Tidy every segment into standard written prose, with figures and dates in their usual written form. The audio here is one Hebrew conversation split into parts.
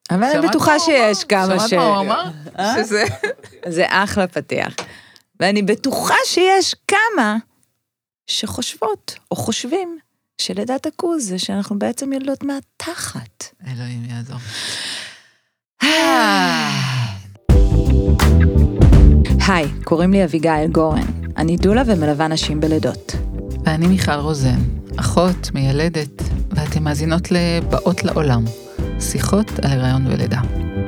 אבל אני בטוחה שיש כמה שמעת מה הוא אמר? שזה... זה אחלה פתיח. ואני בטוחה שיש כמה שחושבות או חושבים שלידת הכוז זה שאנחנו בעצם ילדות מהתחת. אלוהים יעזור. היי, קוראים לי אביגיל גורן. אני דולה ומלווה נשים בלידות. ואני מיכל רוזן, אחות, מיילדת, ואתם מאזינות לבאות לעולם. שיחות על הריון ולידה.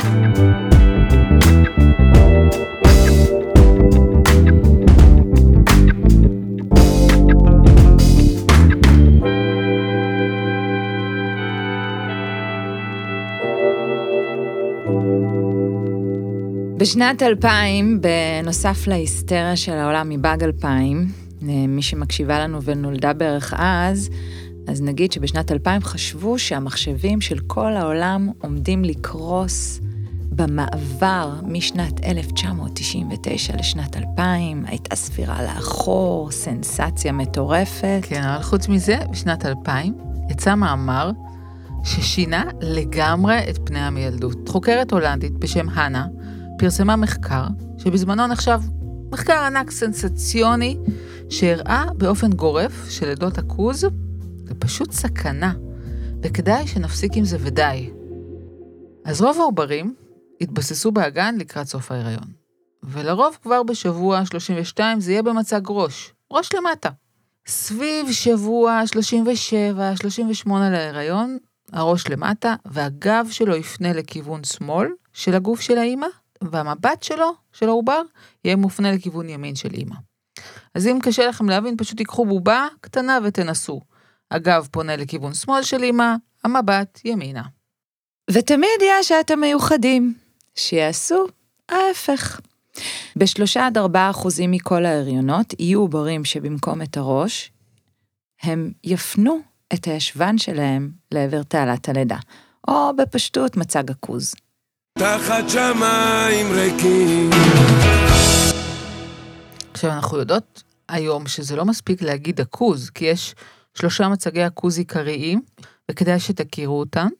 בשנת 2000, בנוסף להיסטריה של העולם מבאג 2000, מי שמקשיבה לנו ונולדה בערך אז נגיד שבשנת 2000 חשבו שהמחשבים של כל העולם עומדים לקרוס במעבר משנת 1999 לשנת 2000, הייתה ספירה לאחור, סנסציה מטורפת. כן, אבל חוץ מזה, בשנת 2000 יצא מאמר ששינה לגמרי את פני המילדות. חוקרת הולנדית בשם הנה, פרסמה מחקר שבזמנו נחשב מחקר ענק סנסציוני, שהראה באופן גורף שלידות הכוז זה פשוט סכנה, וכדאי שנפסיק עם זה ודי. אז רוב העוברים התבססו באגן לקראת סוף ההיריון, ולרוב כבר בשבוע 32 זה יהיה במצג ראש למטה. סביב שבוע 37, 38 להיריון, הראש למטה, והגב שלו יפנה לכיוון שמאל של הגוף של האמא, והמבט שלו, של העובר, יהיה מופנה לכיוון ימין של אמא. אז אם קשה לכם להבין, פשוט תיקחו בובה קטנה ותנסו. הגב פונה לכיוון שמאל של אמא, המבט ימינה. ותמיד יש שאתם מיוחדים, שיעשו ההפך. 3-4% מכל ההריונות יהיו עוברים שבמקום את הראש, הם יפנו את הישבן שלהם לעבר תעלת הלידה, או בפשטות מצג הכוז. תחת שמיים ריקים. עכשיו אנחנו יודעות היום שזה לא מספיק להגיד הכוז, כי יש 3 מצגי הכוז עיקריים, וכדאי שתכירו אותם.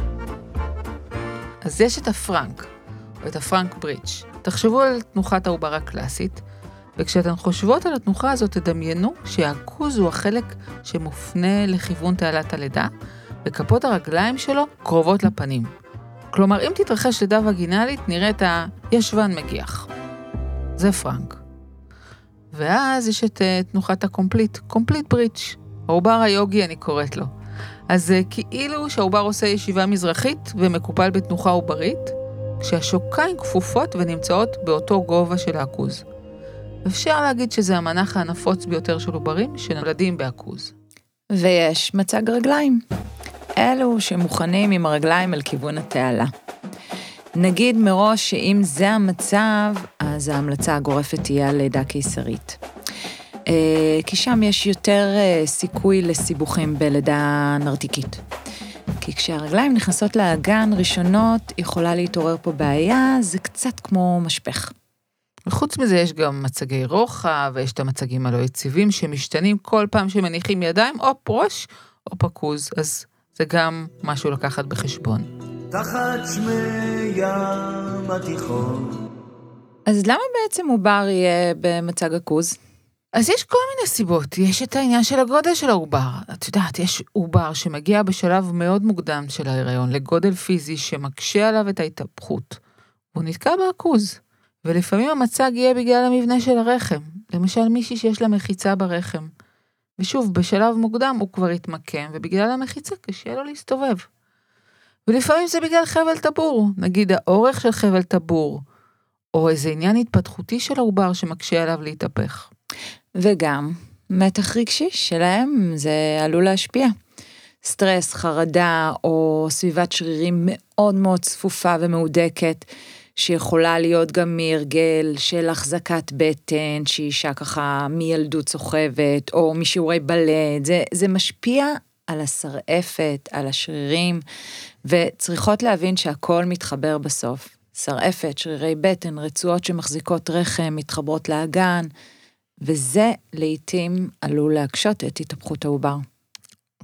אז יש את הפרנק, או את הפרנק ברידג'. תחשבו על תנוחת העובר הקלאסית, וכשאתן חושבות על התנוחה הזאת, תדמיינו שהכוז הוא החלק שמופנה לכיוון תעלת הלידה, וכפות הרגליים שלו קרובות לפנים. כלומר, אם תתרחש לידה וגינלית, נראה את הישבן מגיח. זה פרנק. ואז יש את תנוחת הקומפליט ברידג', העובר היוגי אני קוראת לו. אז כאילו שהעובר עושה ישיבה מזרחית ומקופל בתנוחה עוברית, כשהשוקיים כפופות ונמצאות באותו גובה של הכוז. אפשר להגיד שזה המנח הנפוץ ביותר של עוברים שנולדים בהכוז. ויש מצג רגליים. אלו שמוכנים עם הרגליים על כיוון התעלה. נגיד מראש שאם זה המצב, אז ההמלצה הגורפת תהיה על לידה קיסרית. כי שם יש יותר סיכוי לסיבוכים בלידה נרתיקית. כי כשהרגליים נכנסות לאגן ראשונות, יכולה להתעורר פה בעיה, זה קצת כמו משפך. וחוץ מזה יש גם מצגי רוחב, ויש את המצגים הלא יציבים שמשתנים כל פעם שמניחים ידיים, או ראש או פקוז, אז זה גם משהו לקחת בחשבון. תחת שמי ים התיכון. אז למה בעצם עובר יהיה במצג הכוז? אז יש כל מיני סיבות. יש את העניין של הגודל של העובר. את יודעת, יש עובר שמגיע בשלב מאוד מוקדם של ההיריון, לגודל פיזי שמקשה עליו את ההתהפכות. הוא נתקע בהכוז. ולפעמים המצג יהיה בגלל המבנה של הרחם. למשל מישהי שיש לה מחיצה ברחם. ושוב, בשלב מוקדם הוא כבר יתמקם, ובגלל המחיצה קשה לו להסתובב. ולפעמים זה בגלל חבל טבור, נגיד האורך של חבל טבור, או איזה עניין התפתחותי של העובר שמקשה עליו להתהפך. וגם מתח רגשי שלהם זה עלול להשפיע. סטרס, חרדה או סביבת שרירים מאוד מאוד צפופה ומהודקת, שיכולה להיות גם מהרגל של החזקת בטן, שאישה ככה מילדות סוחבת, או משיעורי בלט, זה משפיע על השרעפת, על השרירים, וצריכות להבין שהכל מתחבר בסוף. שרעפת, שרירי בטן, רצועות שמחזיקות רחם, מתחברות לאגן, וזה לעתים עלול להקשות את התהפכות העובר.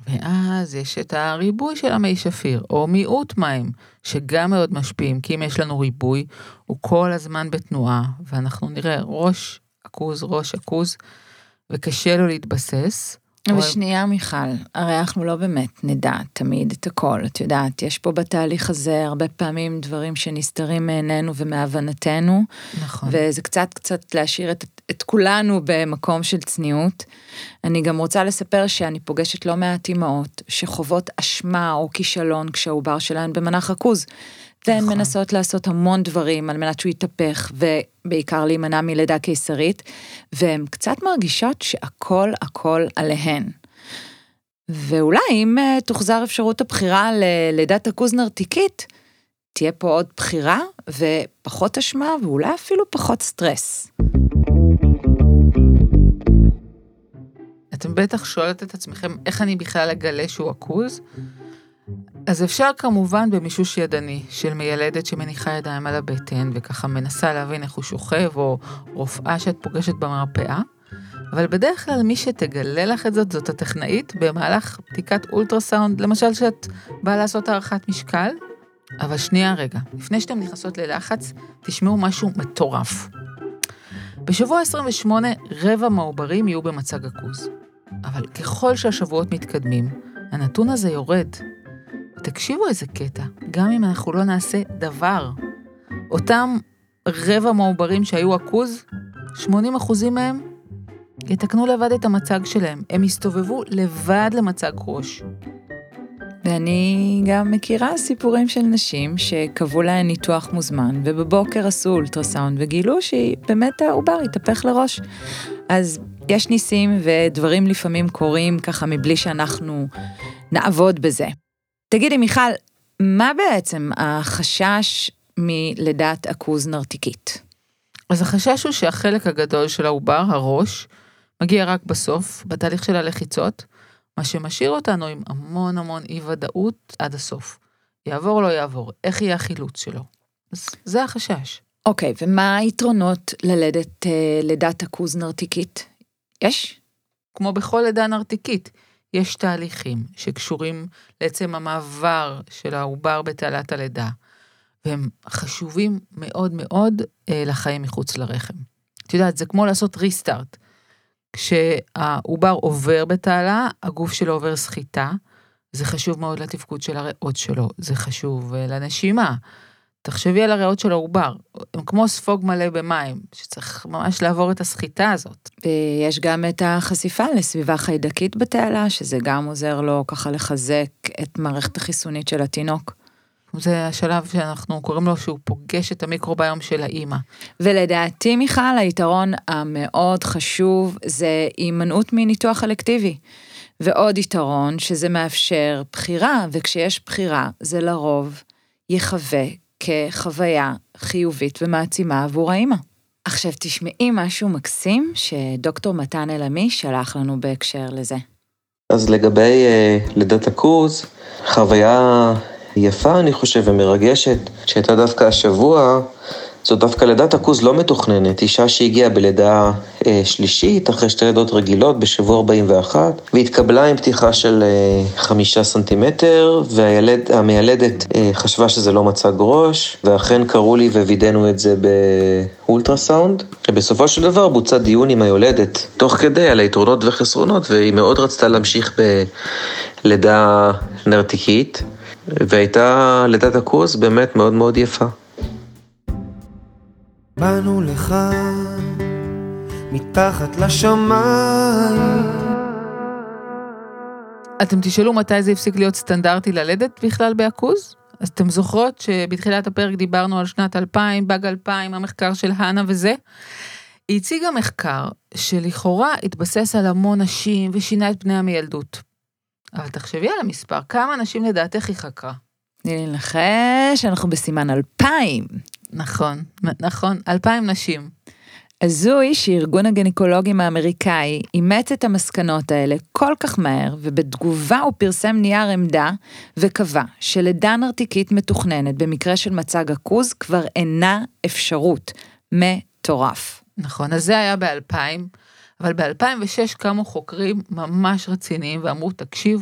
ואז יש את הריבוי של המי שפיר, או מיעוט מים, שגם מאוד משפיעים, כי אם יש לנו ריבוי, הוא כל הזמן בתנועה, ואנחנו נראה ראש עכוז, וקשה לו להתבסס. אבל שנייה מיכל, הרי אנחנו לא באמת נדע תמיד את הכל, את יודעת, יש פה בתהליך הזה הרבה פעמים דברים שנסתרים מעינינו ומהבנתנו, נכון. וזה קצת להשאיר את כולנו במקום של צניעות. אני גם רוצה לספר שאני פוגשת לא מעט אימהות שחוות אשמה או כישלון כשהעובר שלהן במנח עכוז, והן נכון. מנסות לעשות המון דברים על מנת שהוא יתהפך, ובעיקר להימנע מלידה קיסרית, והן קצת מרגישות שהכל עליהן. ואולי אם תוחזר אפשרות הבחירה ללידת עכוז נרתיקית, תהיה פה עוד בחירה ופחות אשמה, ואולי אפילו פחות סטרס. אתם בטח שואלת את עצמכם, איך אני בכלל אגלה שהוא עכוז? אז אפשר כמובן במישוש ידני של מיילדת שמניחה ידיים על הבטן, וככה מנסה להבין איך הוא שוכב, או רופאה שאת פוגשת במרפאה, אבל בדרך כלל מי שתגלה לך את זאת הטכנאית, במהלך בדיקת אולטרסאונד, למשל שאת באה לעשות הערכת משקל, אבל שנייה רגע, לפני שאתם נכנסות ללחץ, תשמעו משהו מטורף. בשבוע 28, רבע מהעוברים יהיו במצג עכוז. אבל ככל שהשבועות מתקדמים, הנתון הזה יורד. תקשיבו איזה קטע, גם אם אנחנו לא נעשה דבר. אותם רבע מהעוברים שהיו עכוז, 80% מהם יתקנו לבד את המצג שלהם. הם יסתובבו לבד למצג ראש. ואני גם מכירה סיפורים של נשים שקבעו להן ניתוח מוזמן, ובבוקר עשו אולטרסאונד וגילו שהיא באמת העובר התהפך לראש. אז יש ניסים ודברים לפעמים קורים ככה מבלי שאנחנו נעבוד בזה. תגידי מיכל, מה בעצם החשש מלידת עכוז נרתיקית? אז החשש הוא שהחלק הגדול של העובר, הראש, מגיע רק בסוף, בתהליך של הלחיצות, מה שמשאיר אותנו עם המון אי ודאות עד הסוף. יעבור או לא יעבור, איך יהיה החילוץ שלו? אז זה החשש. אוקיי, ומה היתרונות ללדת לידת עכוז נרתיקית? יש? כמו בכל לידה נרתיקית, יש תהליכים שקשורים לעצם המעבר של העובר בתעלת הלידה, והם חשובים מאוד לחיים מחוץ לרחם. את יודעת, זה כמו לעשות ריסטארט. כשהעובר עובר בתעלה, הגוף שלו עובר סחיטה, זה חשוב מאוד לתפקוד של הריאות שלו, זה חשוב לנשימה. תחשבי על הריאות של העובר, הם כמו ספוג מלא במים, שצריך ממש לעבור את הסחיטה הזאת. ויש גם את החשיפה לסביבה חיידקית בתעלה, שזה גם עוזר לו ככה לחזק את מערכת החיסונית של התינוק. זה השלב שאנחנו קוראים לו שהוא פוגש את המיקרוביום של האימא. ולדעתי מיכל, היתרון המאוד חשוב זה הימנעות מניתוח אלקטיבי. ועוד יתרון שזה מאפשר בחירה, וכשיש בחירה זה לרוב יחווה כחוויה חיובית ומעצימה עבור האימא. עכשיו תשמעי משהו מקסים שדוקטור מתן אלעמי שלח לנו בהקשר לזה. אז לגבי לידת עכוז, חוויה יפה אני חושב ומרגשת, שהייתה דווקא השבוע, זו דווקא לידת עכוז לא מתוכננת, אישה שהגיעה בלידה שלישית, אחרי 2 לידות רגילות בשבוע 41, והתקבלה עם פתיחה של 5 סנטימטר, והמיילדת חשבה שזה לא מצג ראש, ואכן קראו לי ווידאנו את זה באולטרסאונד, ובסופו של דבר בוצע דיון עם היולדת, תוך כדי על היתרונות וחסרונות, והיא מאוד רצתה להמשיך בלידה נרתיקית, והייתה לידת עכוז באמת מאוד מאוד יפה. באנו לך מתחת לשמיים. אתם תשאלו מתי זה הפסיק להיות סטנדרטי ללדת בכלל בעכוז? אז אתם זוכרות שבתחילת הפרק דיברנו על שנת 2000, באג 2000, המחקר של הנה וזה? היא הציגה מחקר שלכאורה התבסס על המון נשים ושינה את פני המילדות. אבל תחשבי על המספר, כמה נשים לדעתך היא חקרה? תני לי לנחש, אנחנו בסימן 2000. נכון, 2,000 נשים. הזוי שארגון הגניקולוגים האמריקאי אימץ את המסקנות האלה כל כך מהר, ובתגובה הוא פרסם נייר עמדה וקבע שלידה נרתיקית מתוכננת במקרה של מצג עכוז כבר אינה אפשרות. מטורף. נכון, אז זה היה ב-2000, אבל ב-2006 קמו חוקרים ממש רציניים ואמרו,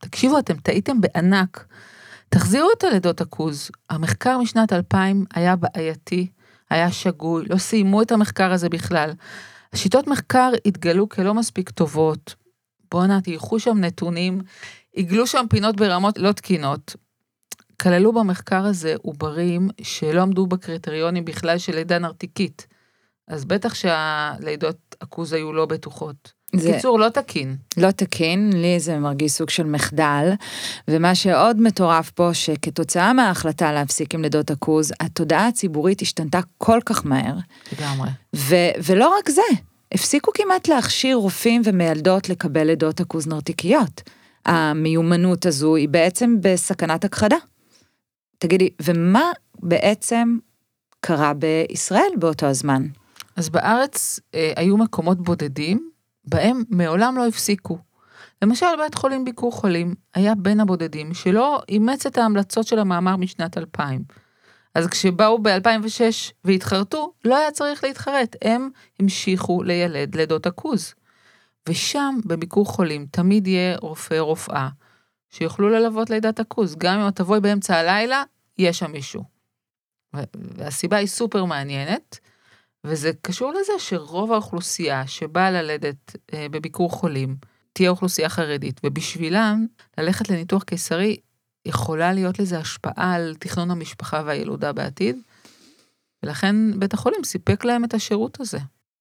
תקשיבו, אתם טעיתם בענק. תחזירו את הלידות עכוז. המחקר משנת 2000 היה בעייתי, היה שגוי, לא סיימו את המחקר הזה בכלל. השיטות מחקר התגלו כלא מספיק טובות. בואו תייחו שם נתונים, עיגלו שם פינות ברמות לא תקינות. כללו במחקר הזה עוברים שלא עמדו בקריטריונים בכלל של לידה נרתיקית. אז בטח שהלידות עכוז היו לא בטוחות. קיצור, לא תקין. לא תקין, לי זה מרגיש סוג של מחדל, ומה שעוד מטורף פה, שכתוצאה מההחלטה להפסיק עם לידות עכוז, התודעה הציבורית השתנתה כל כך מהר. לגמרי. ולא רק זה, הפסיקו כמעט להכשיר רופאים ומיילדות לקבל לידות עכוז נרתיקיות. המיומנות הזו היא בעצם בסכנת הכחדה. תגידי, ומה בעצם קרה בישראל באותו הזמן? אז בארץ היו מקומות בודדים, בהם מעולם לא הפסיקו. למשל, בית חולים ביקור חולים היה בין הבודדים, שלא אימץ את ההמלצות של המאמר משנת 2000. אז כשבאו ב-2006 והתחרטו, לא היה צריך להתחרט, הם המשיכו לילד לידות עכוז. ושם, בביקור חולים, תמיד יהיה רופא או רופאה, שיוכלו ללוות לידת עכוז. גם אם תבואי באמצע הלילה, יש שם מישהו. והסיבה היא סופר מעניינת, וזה קשור לזה שרוב האוכלוסייה שבאה ללדת בביקור חולים, תהיה אוכלוסייה חרדית, ובשבילם ללכת לניתוח קיסרי, יכולה להיות לזה השפעה על תכנון המשפחה והילודה בעתיד, ולכן בית החולים סיפק להם את השירות הזה.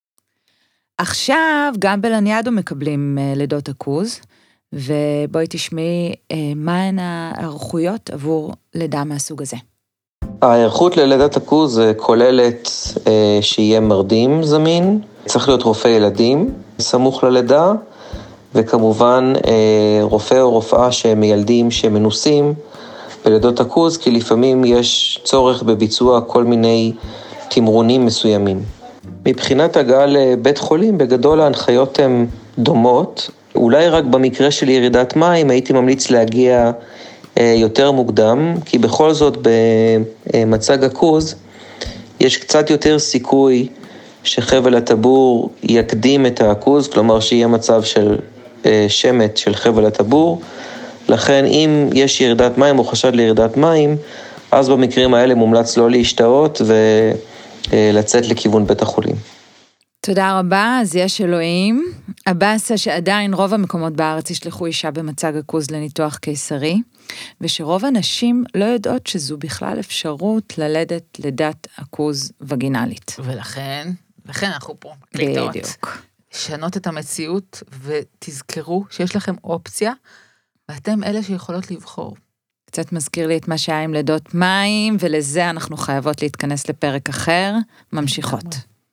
עכשיו גם בלניאדו מקבלים לידות עכוז, ובואי תשמעי מהן הערכויות עבור לידה מהסוג הזה. ההיערכות ללידת עכוז כוללת שיהיה מרדים זמין, צריך להיות רופא ילדים סמוך ללידה, וכמובן רופא או רופאה שמיילדים שמנוסים בלידות עכוז, כי לפעמים יש צורך בביצוע כל מיני תמרונים מסוימים. מבחינת הגעה לבית חולים, בגדול ההנחיות הן דומות, אולי רק במקרה של ירידת מים הייתי ממליץ להגיע יותר מוקדם, כי בכל זאת במצג עכוז יש קצת יותר סיכוי שחבל הטבור יקדים את העכוז, כלומר שיהיה מצב של שמת של חבל הטבור, לכן אם יש ירידת מים או חשד לירידת מים, אז במקרים האלה מומלץ לא להשתאות ולצאת לכיוון בית החולים. תודה רבה, אז יש אלוהים. הבאסה שעדיין רוב המקומות בארץ ישלחו אישה במצג עכוז לניתוח קיסרי, ושרוב הנשים לא יודעות שזו בכלל אפשרות ללדת לידת עכוז וגינלית. ולכן אנחנו פה מקליטות. בדיוק. לשנות את המציאות ותזכרו שיש לכם אופציה, ואתם אלה שיכולות לבחור. קצת מזכיר לי את מה שהיה עם לידות מים, ולזה אנחנו חייבות להתכנס לפרק אחר. ממשיכות.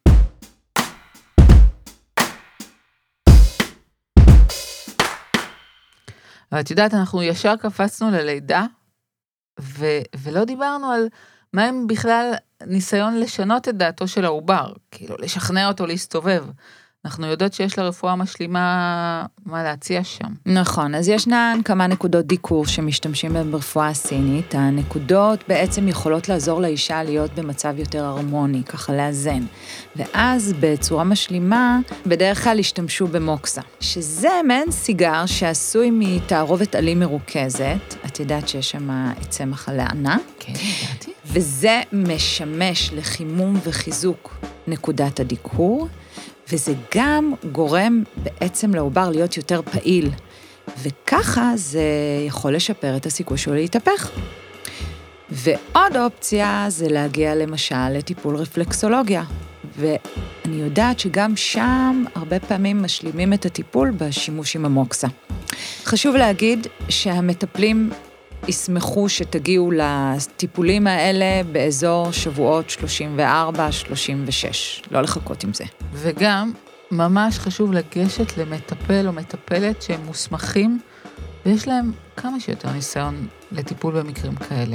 אבל את יודעת, אנחנו ישר קפצנו ללידה, ולא דיברנו על מה הם בכלל ניסיון לשנות את דעתו של העובר, כאילו לשכנע אותו להסתובב. אנחנו יודעות שיש לרפואה משלימה מה להציע שם. נכון, אז ישנן כמה נקודות דיקור שמשתמשים בהן ברפואה הסינית. הנקודות בעצם יכולות לעזור לאישה להיות במצב יותר הרמוני, ככה לאזן. ואז בצורה משלימה, בדרך כלל השתמשו במוקסה, שזה מעין סיגר שעשוי מתערובת עלים מרוכזת. את יודעת שיש שם צמח הלענה? כן, ידעתי. וזה משמש לחימום וחיזוק נקודת הדיקור, וזה גם גורם בעצם לעובר להיות יותר פעיל, וככה זה יכול לשפר את הסיכוי שלו להתהפך. ועוד אופציה זה להגיע למשל לטיפול רפלקסולוגיה, ואני יודעת שגם שם הרבה פעמים משלימים את הטיפול בשימוש עם המוקסה. חשוב להגיד שהמטפלים ישמחו שתגיעו לטיפולים האלה באזור שבועות 34-36, לא לחכות עם זה. וגם ממש חשוב לגשת למטפל או מטפלת שהם מוסמכים, ויש להם כמה שיותר ניסיון לטיפול במקרים כאלה.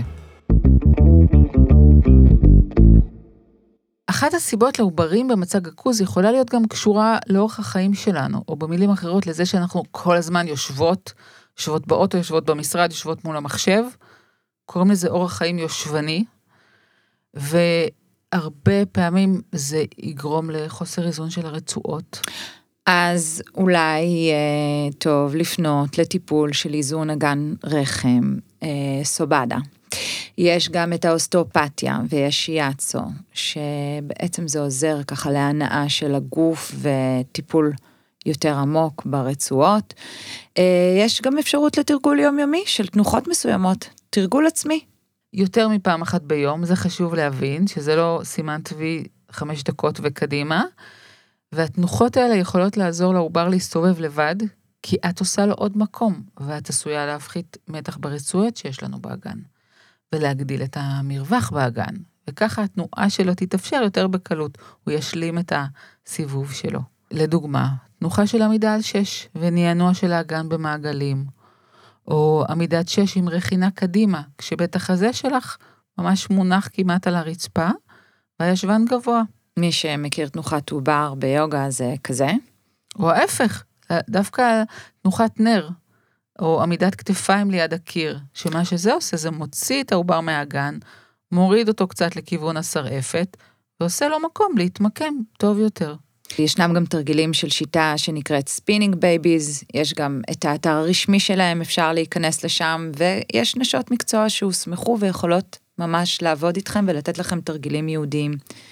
אחת הסיבות לעוברים במצג עכוז יכולה להיות גם קשורה לאורך החיים שלנו, או במילים אחרות לזה שאנחנו כל הזמן יושבות באוטו, יושבות במשרד, יושבות מול המחשב, קוראים לזה אורח חיים יושבני, והרבה פעמים זה יגרום לחוסר איזון של הרצועות. אז אולי טוב לפנות לטיפול של איזון אגן רחם, סובדה. יש גם את האוסטאופתיה ויש שיאצו, שבעצם זה עוזר ככה להנאה של הגוף וטיפול יותר עמוק ברצועות. יש גם אפשרות לתרגול יומיומי של תנוחות מסוימות, תרגול עצמי. יותר מפעם אחת ביום, זה חשוב להבין, שזה לא סימן טבעי 5 דקות וקדימה, והתנוחות האלה יכולות לעזור לעובר להסתובב לבד, כי את עושה לו עוד מקום, ואת עשויה להפחית מתח ברצועות שיש לנו באגן, ולהגדיל את המרווח באגן, וככה התנועה שלו תתאפשר יותר בקלות, הוא ישלים את הסיבוב שלו. לדוגמה, תנוחה של עמידה על 6, ונענוע של האגן במעגלים, או עמידת 6 עם רחינה קדימה, כשבית החזה שלך ממש מונח כמעט על הרצפה, והישבן גבוה. מי שמכיר תנוחת עובר ביוגה זה כזה. או ההפך, דווקא תנוחת נר, או עמידת כתפיים ליד הקיר, שמה שזה עושה, זה מוציא את העובר מהאגן, מוריד אותו קצת לכיוון השרעפת, ועושה לו מקום להתמקם טוב יותר. ישנם גם תרגילים של שיטה שנקראת ספינינג בייביז, יש גם את האתר הרשמי שלהם, אפשר להיכנס לשם, ויש נשות מקצוע שהוסמכו ויכולות ממש לעבוד איתכם ולתת לכם תרגילים יהודיים.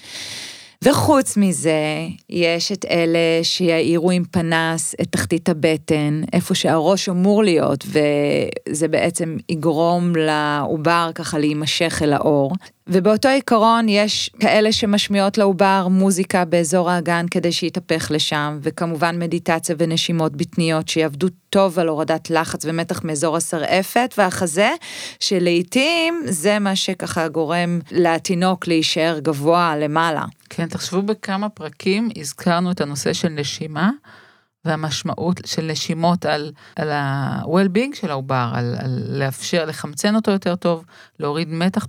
וחוץ מזה, יש את אלה שיעירו עם פנס את תחתית הבטן, איפה שהראש אמור להיות, וזה בעצם יגרום לעובר ככה להימשך אל האור. ובאותו עיקרון יש כאלה שמשמיעות לעובר מוזיקה באזור האגן כדי שיתהפך לשם, וכמובן מדיטציה ונשימות בטניות שיעבדו טוב על הורדת לחץ ומתח מאזור השרעפת והחזה, שלעיתים זה מה שככה גורם לתינוק להישאר גבוה למעלה. כן, תחשבו בכמה פרקים הזכרנו את הנושא של נשימה, והמשמעות של נשימות על ה-well-being של העובר, על לאפשר, לחמצן אותו יותר טוב, להוריד מתח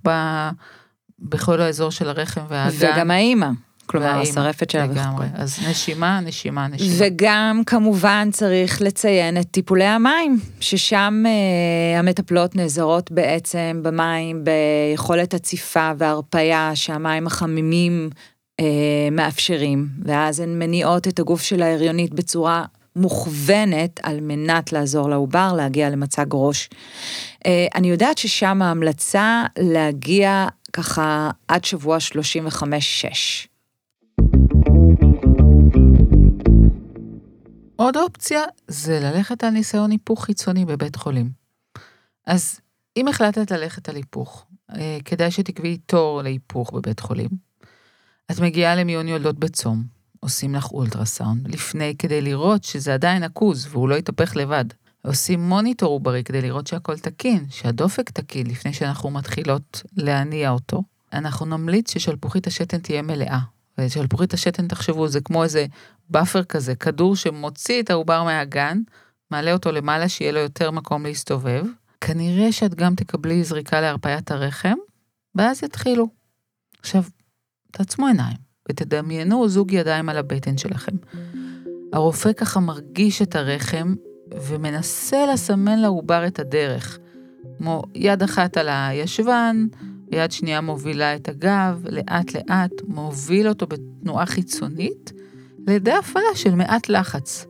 בכל האזור של הרחם והאגן. וגם האמא, כלומר השרעפת שלה לגמרי. אז נשימה. וגם כמובן צריך לציין את טיפולי המים, ששם המטפלות נעזרות בעצם במים, ביכולת הציפה והרפיה שהמים החמימים מאפשרים, ואז הן מניעות את הגוף של ההריונית בצורה מוכוונת על מנת לעזור לעובר להגיע למצג ראש. אני יודעת ששם ההמלצה להגיע ככה עד שבוע 35-6. עוד אופציה זה ללכת על ניסיון היפוך חיצוני בבית חולים. אז אם החלטת ללכת על היפוך, כדאי שתקבעי תור להיפוך בבית חולים. את מגיעה למיון יולדות בצום, עושים לך אולטרסאונד לפני כדי לראות שזה עדיין עכוז והוא לא יתהפך לבד. עושים מוניטור עוברי כדי לראות שהכל תקין, שהדופק תקין לפני שאנחנו מתחילות להניע אותו. אנחנו נמליץ ששלפוחית השתן תהיה מלאה. ושלפוחית השתן, תחשבו, זה כמו איזה באפר כזה, כדור שמוציא את העובר מהאגן, מעלה אותו למעלה שיהיה לו יותר מקום להסתובב. כנראה שאת גם תקבלי זריקה להרפיית הרחם, ואז יתחילו. עכשיו, תעצמו עיניים, ותדמיינו זוג ידיים על הבטן שלכם. הרופא ככה מרגיש את הרחם, ומנסה לסמן לעובר את הדרך. כמו יד אחת על הישבן, יד שנייה מובילה את הגב, לאט לאט מוביל אותו בתנועה חיצונית, לידי הפעלה של מעט לחץ.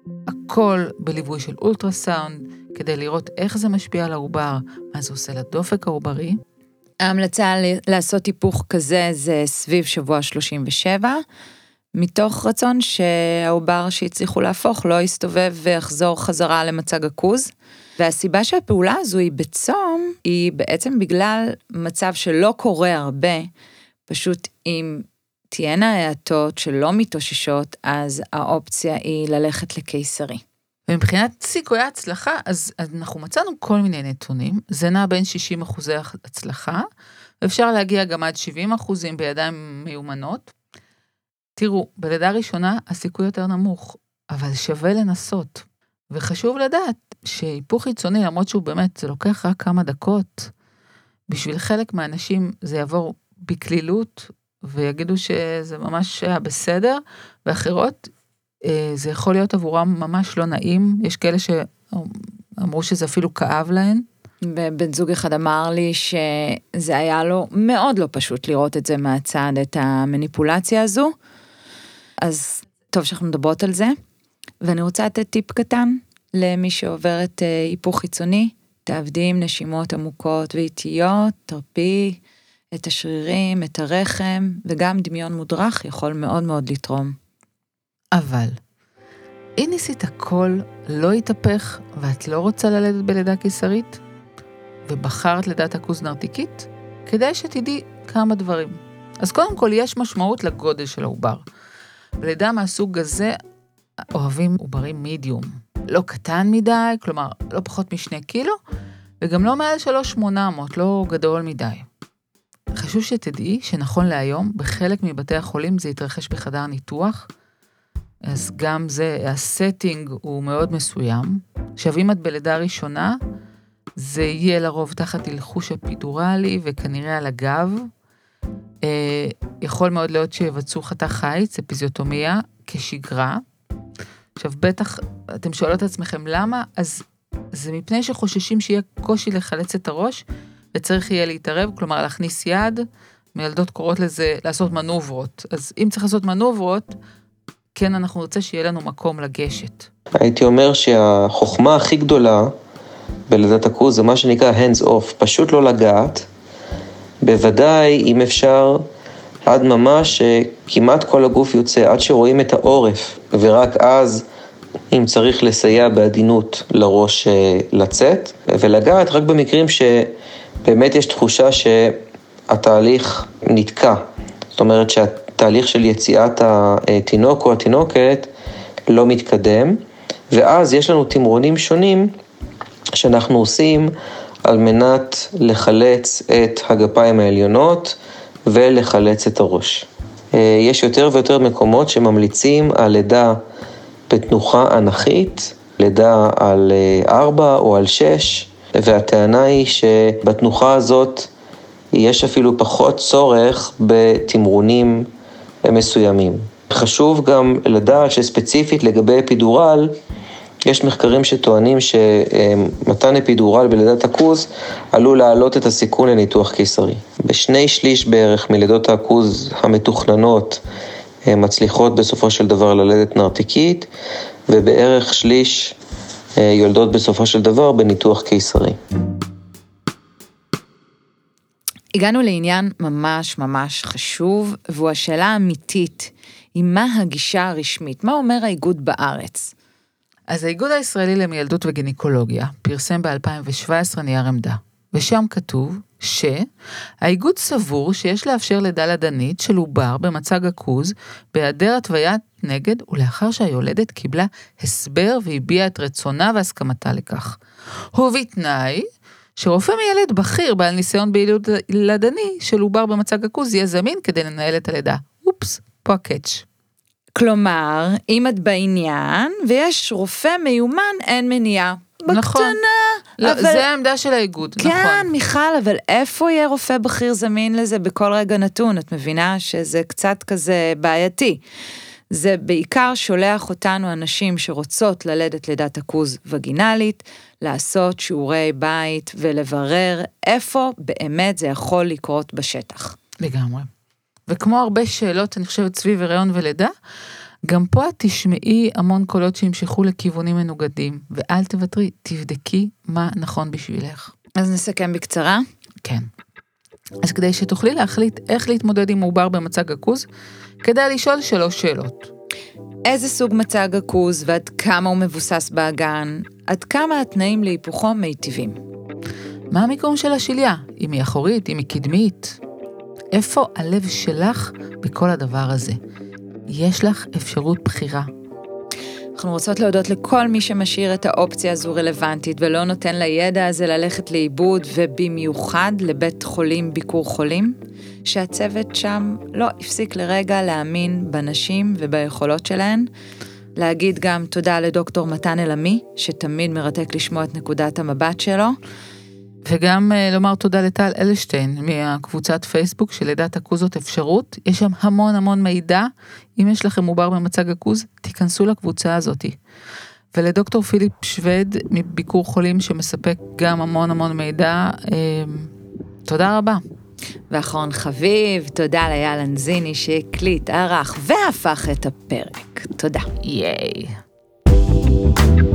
הכל בליווי של אולטרסאונד, כדי לראות איך זה משפיע על העובר, מה זה עושה לדופק העוברי. ההמלצה לעשות היפוך כזה זה סביב שבוע 37, מתוך רצון שהעובר שהצליחו להפוך לא יסתובב ויחזור חזרה למצג עכוז. והסיבה שהפעולה הזו היא בצום, היא בעצם בגלל מצב שלא קורה הרבה, פשוט אם תהיינה העתות שלא מתאוששות, אז האופציה היא ללכת לקיסרי. ומבחינת סיכויי הצלחה, אז אנחנו מצאנו כל מיני נתונים, זה נע בין 60% הצלחה, ואפשר להגיע גם עד 70% בידיים מיומנות. תראו, בלידה ראשונה הסיכוי יותר נמוך, אבל שווה לנסות. וחשוב לדעת שהיפוך חיצוני, למרות שהוא באמת, זה לוקח רק כמה דקות, בשביל חלק מהאנשים זה יעבור בקלילות, ויגידו שזה ממש היה בסדר, ואחרות זה יכול להיות עבורם ממש לא נעים, יש כאלה שאמרו שזה אפילו כאב להן. בן זוג אחד אמר לי שזה היה לו מאוד לא פשוט לראות את זה מהצד, את המניפולציה הזו, אז טוב שאנחנו מדברות על זה. ואני רוצה לתת טיפ קטן למי שעוברת היפוך חיצוני, תעבדי עם נשימות עמוקות ואיטיות, תרפי את השרירים, את הרחם, וגם דמיון מודרך יכול מאוד מאוד לתרום. אבל, אם ניסית הכל לא יתהפך, ואת לא רוצה ללדת בלידה קיסרית, ובחרת לידת עכוז נרתיקית, כדאי שתדעי כמה דברים. אז קודם כל, יש משמעות לגודל של העובר. בלידה מהסוג הזה, אוהבים עוברים מידיום. לא קטן מדי, כלומר, לא פחות מ2 קילו, וגם לא מעל 3,800, לא גדול מדי. חשוב שתדעי שנכון להיום, בחלק מבתי החולים זה יתרחש בחדר ניתוח, אז גם זה, הסטינג הוא מאוד מסוים. עכשיו, אם את בלידה ראשונה, זה יהיה לרוב תחת הלחוש אפידורלי, וכנראה על הגב. יכול מאוד להיות שיבצעו חתך חיץ, אפיזיוטומיה, כשגרה. עכשיו, בטח, אתם שואלות את עצמכם למה, אז זה מפני שחוששים שיהיה קושי לחלץ את הראש, וצריך יהיה להתערב, כלומר להכניס יד, מילדות קוראות לזה לעשות מנוברות. אז אם צריך לעשות מנוברות, כן אנחנו רוצה שיהיה לנו מקום לגשת. הייתי אומר שהחוכמה הכי גדולה בלידת עכוז זה מה שנקרא hands off, פשוט לא לגעת, בוודאי אם אפשר עד ממש כמעט כל הגוף יוצא, עד שרואים את העורף, ורק אז אם צריך לסייע בעדינות לראש לצאת, ולגעת רק במקרים שבאמת יש תחושה שהתהליך נתקע, זאת אומרת שהתהליך של יציאת התינוק או התינוקת לא מתקדם, ואז יש לנו תמרונים שונים שאנחנו עושים על מנת לחלץ את הגפיים העליונות ולחלץ את הראש. יש יותר ויותר מקומות שממליצים על לידה בתנוחה אנכית, לידה על 4 או על 6, והטענה היא שבתנוחה הזאת יש אפילו פחות צורך בתמרונים מסוימים. חשוב גם לדעת שספציפית לגבי אפידורל, יש מחקרים שטוענים שמתן אפידורל בלידת עכוז עלול להעלות את הסיכון לניתוח קיסרי. ב2/3 בערך מלידות העכוז המתוכננות מצליחות בסופו של דבר ללדת נרתיקית, ובערך 1/3 יולדות בסופו של דבר בניתוח קיסרי. הגענו לעניין ממש ממש חשוב, והוא השאלה האמיתית, היא מה הגישה הרשמית, מה אומר האיגוד בארץ? אז האיגוד הישראלי למיילדות וגינקולוגיה פרסם ב-2017 נייר עמדה, ושם כתוב שהאיגוד סבור שיש לאפשר לידה לדנית של עובר במצג עכוז, בהיעדר התוויית נגד ולאחר שהיולדת קיבלה הסבר והביעה את רצונה והסכמתה לכך. ובתנאי שרופא מיילד בכיר בעל ניסיון ביילוד לדני של עובר במצג עכוז יהיה זמין כדי לנהל את הלידה. אופס, פה הקאץ'. כלומר, אם את בעניין ויש רופא מיומן, אין מניעה. נכון. בקטנה. לא, אבל... זה העמדה של האיגוד, כן, נכון. כן, מיכל, אבל איפה יהיה רופא בכיר זמין לזה בכל רגע נתון? את מבינה שזה קצת כזה בעייתי. זה בעיקר שולח אותנו אנשים שרוצות ללדת לידת עכוז וגינלית, לעשות שיעורי בית ולברר איפה באמת זה יכול לקרות בשטח. לגמרי. וכמו הרבה שאלות, אני חושבת סביב הריון ולידה, גם פה את תשמעי המון קולות שימשכו לכיוונים מנוגדים, ואל תוותרי, תבדקי מה נכון בשבילך. אז נסכם בקצרה. כן. אז כדי שתוכלי להחליט איך להתמודד עם עובר במצג עכוז, כדאי לשאול 3 שאלות. איזה סוג מצג עכוז ועד כמה הוא מבוסס באגן? עד כמה התנאים להיפוכו מיטיבים? מה המיקום של השליה? אם היא אחורית, אם היא קדמית? איפה הלב שלך בכל הדבר הזה? יש לך אפשרות בחירה. אנחנו רוצות להודות לכל מי שמשאיר את האופציה הזו רלוונטית, ולא נותן לידע הזה ללכת לאיבוד, ובמיוחד לבית חולים ביקור חולים, שהצוות שם לא הפסיק לרגע להאמין בנשים וביכולות שלהן. להגיד גם תודה לדוקטור מתן אלעמי, שתמיד מרתק לשמוע את נקודת המבט שלו. וגם לומר תודה לטל אלשטיין, מהקבוצת פייסבוק של לידת עכוז זאת אפשרות. יש שם המון מידע. אם יש לכם עובר במצג עכוז, תיכנסו לקבוצה הזאת. ולדוקטור פיליפ שווד, מביקור חולים שמספק גם המון מידע. תודה רבה. ואחרון חביב, תודה לאייל אנזיני שהקליט, ערך והפך את הפרק. תודה. ייי. בשמיים.